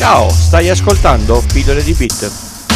Ciao, stai ascoltando Pillole di Bit.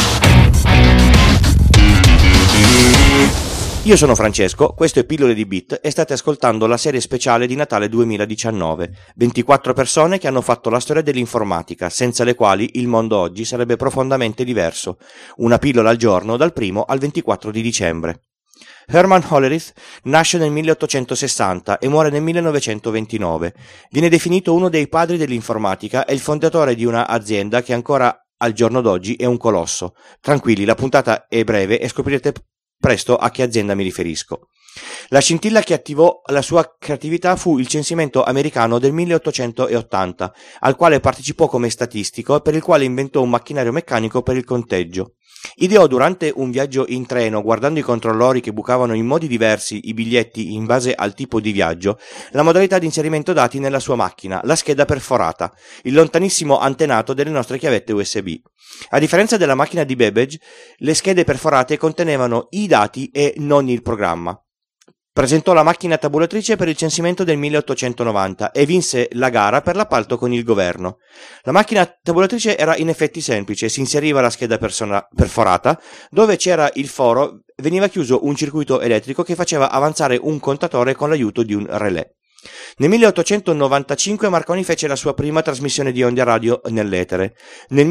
Io sono Francesco, questo è Pillole di Bit e state ascoltando la serie speciale di Natale 2019. 24 persone che hanno fatto la storia dell'informatica, senza le quali il mondo oggi sarebbe profondamente diverso. Una pillola al giorno dal 1 al 24 di dicembre. Herman Hollerith nasce nel 1860 e muore nel 1929. Viene definito uno dei padri dell'informatica e il fondatore di una azienda che ancora al giorno d'oggi è un colosso. Tranquilli, la puntata è breve e scoprirete presto a che azienda mi riferisco. La scintilla che attivò la sua creatività fu il censimento americano del 1880, al quale partecipò come statistico e per il quale inventò un macchinario meccanico per il conteggio. Ideò durante un viaggio in treno, guardando i controllori che bucavano in modi diversi i biglietti in base al tipo di viaggio, la modalità di inserimento dati nella sua macchina, la scheda perforata, il lontanissimo antenato delle nostre chiavette USB. A differenza della macchina di Babbage, le schede perforate contenevano i dati e non il programma. Presentò la macchina tabulatrice per il censimento del 1890 e vinse la gara per l'appalto con il governo. La macchina tabulatrice era in effetti semplice, si inseriva la scheda perforata, dove c'era il foro veniva chiuso un circuito elettrico che faceva avanzare un contatore con l'aiuto di un relè. Nel 1895 Marconi fece la sua prima trasmissione di onde radio nell'etere. Nel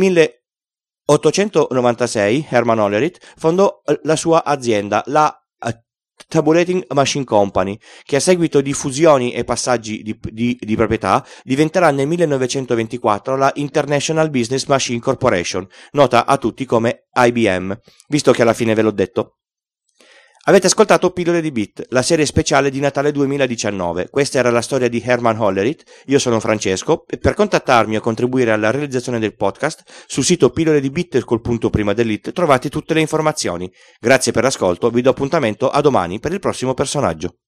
1896 Herman Hollerith fondò la sua azienda, la Tabulating Machine Company, che a seguito di fusioni e passaggi di proprietà diventerà nel 1924 la International Business Machine Corporation, nota a tutti come IBM, visto che alla fine ve l'ho detto. Avete ascoltato Pillole di Bit, la serie speciale di Natale 2019. Questa era la storia di Herman Hollerith. Io sono Francesco e per contattarmi o contribuire alla realizzazione del podcast sul sito Pillole di Bit col punto prima dell'it trovate tutte le informazioni. Grazie per l'ascolto, vi do appuntamento a domani per il prossimo personaggio.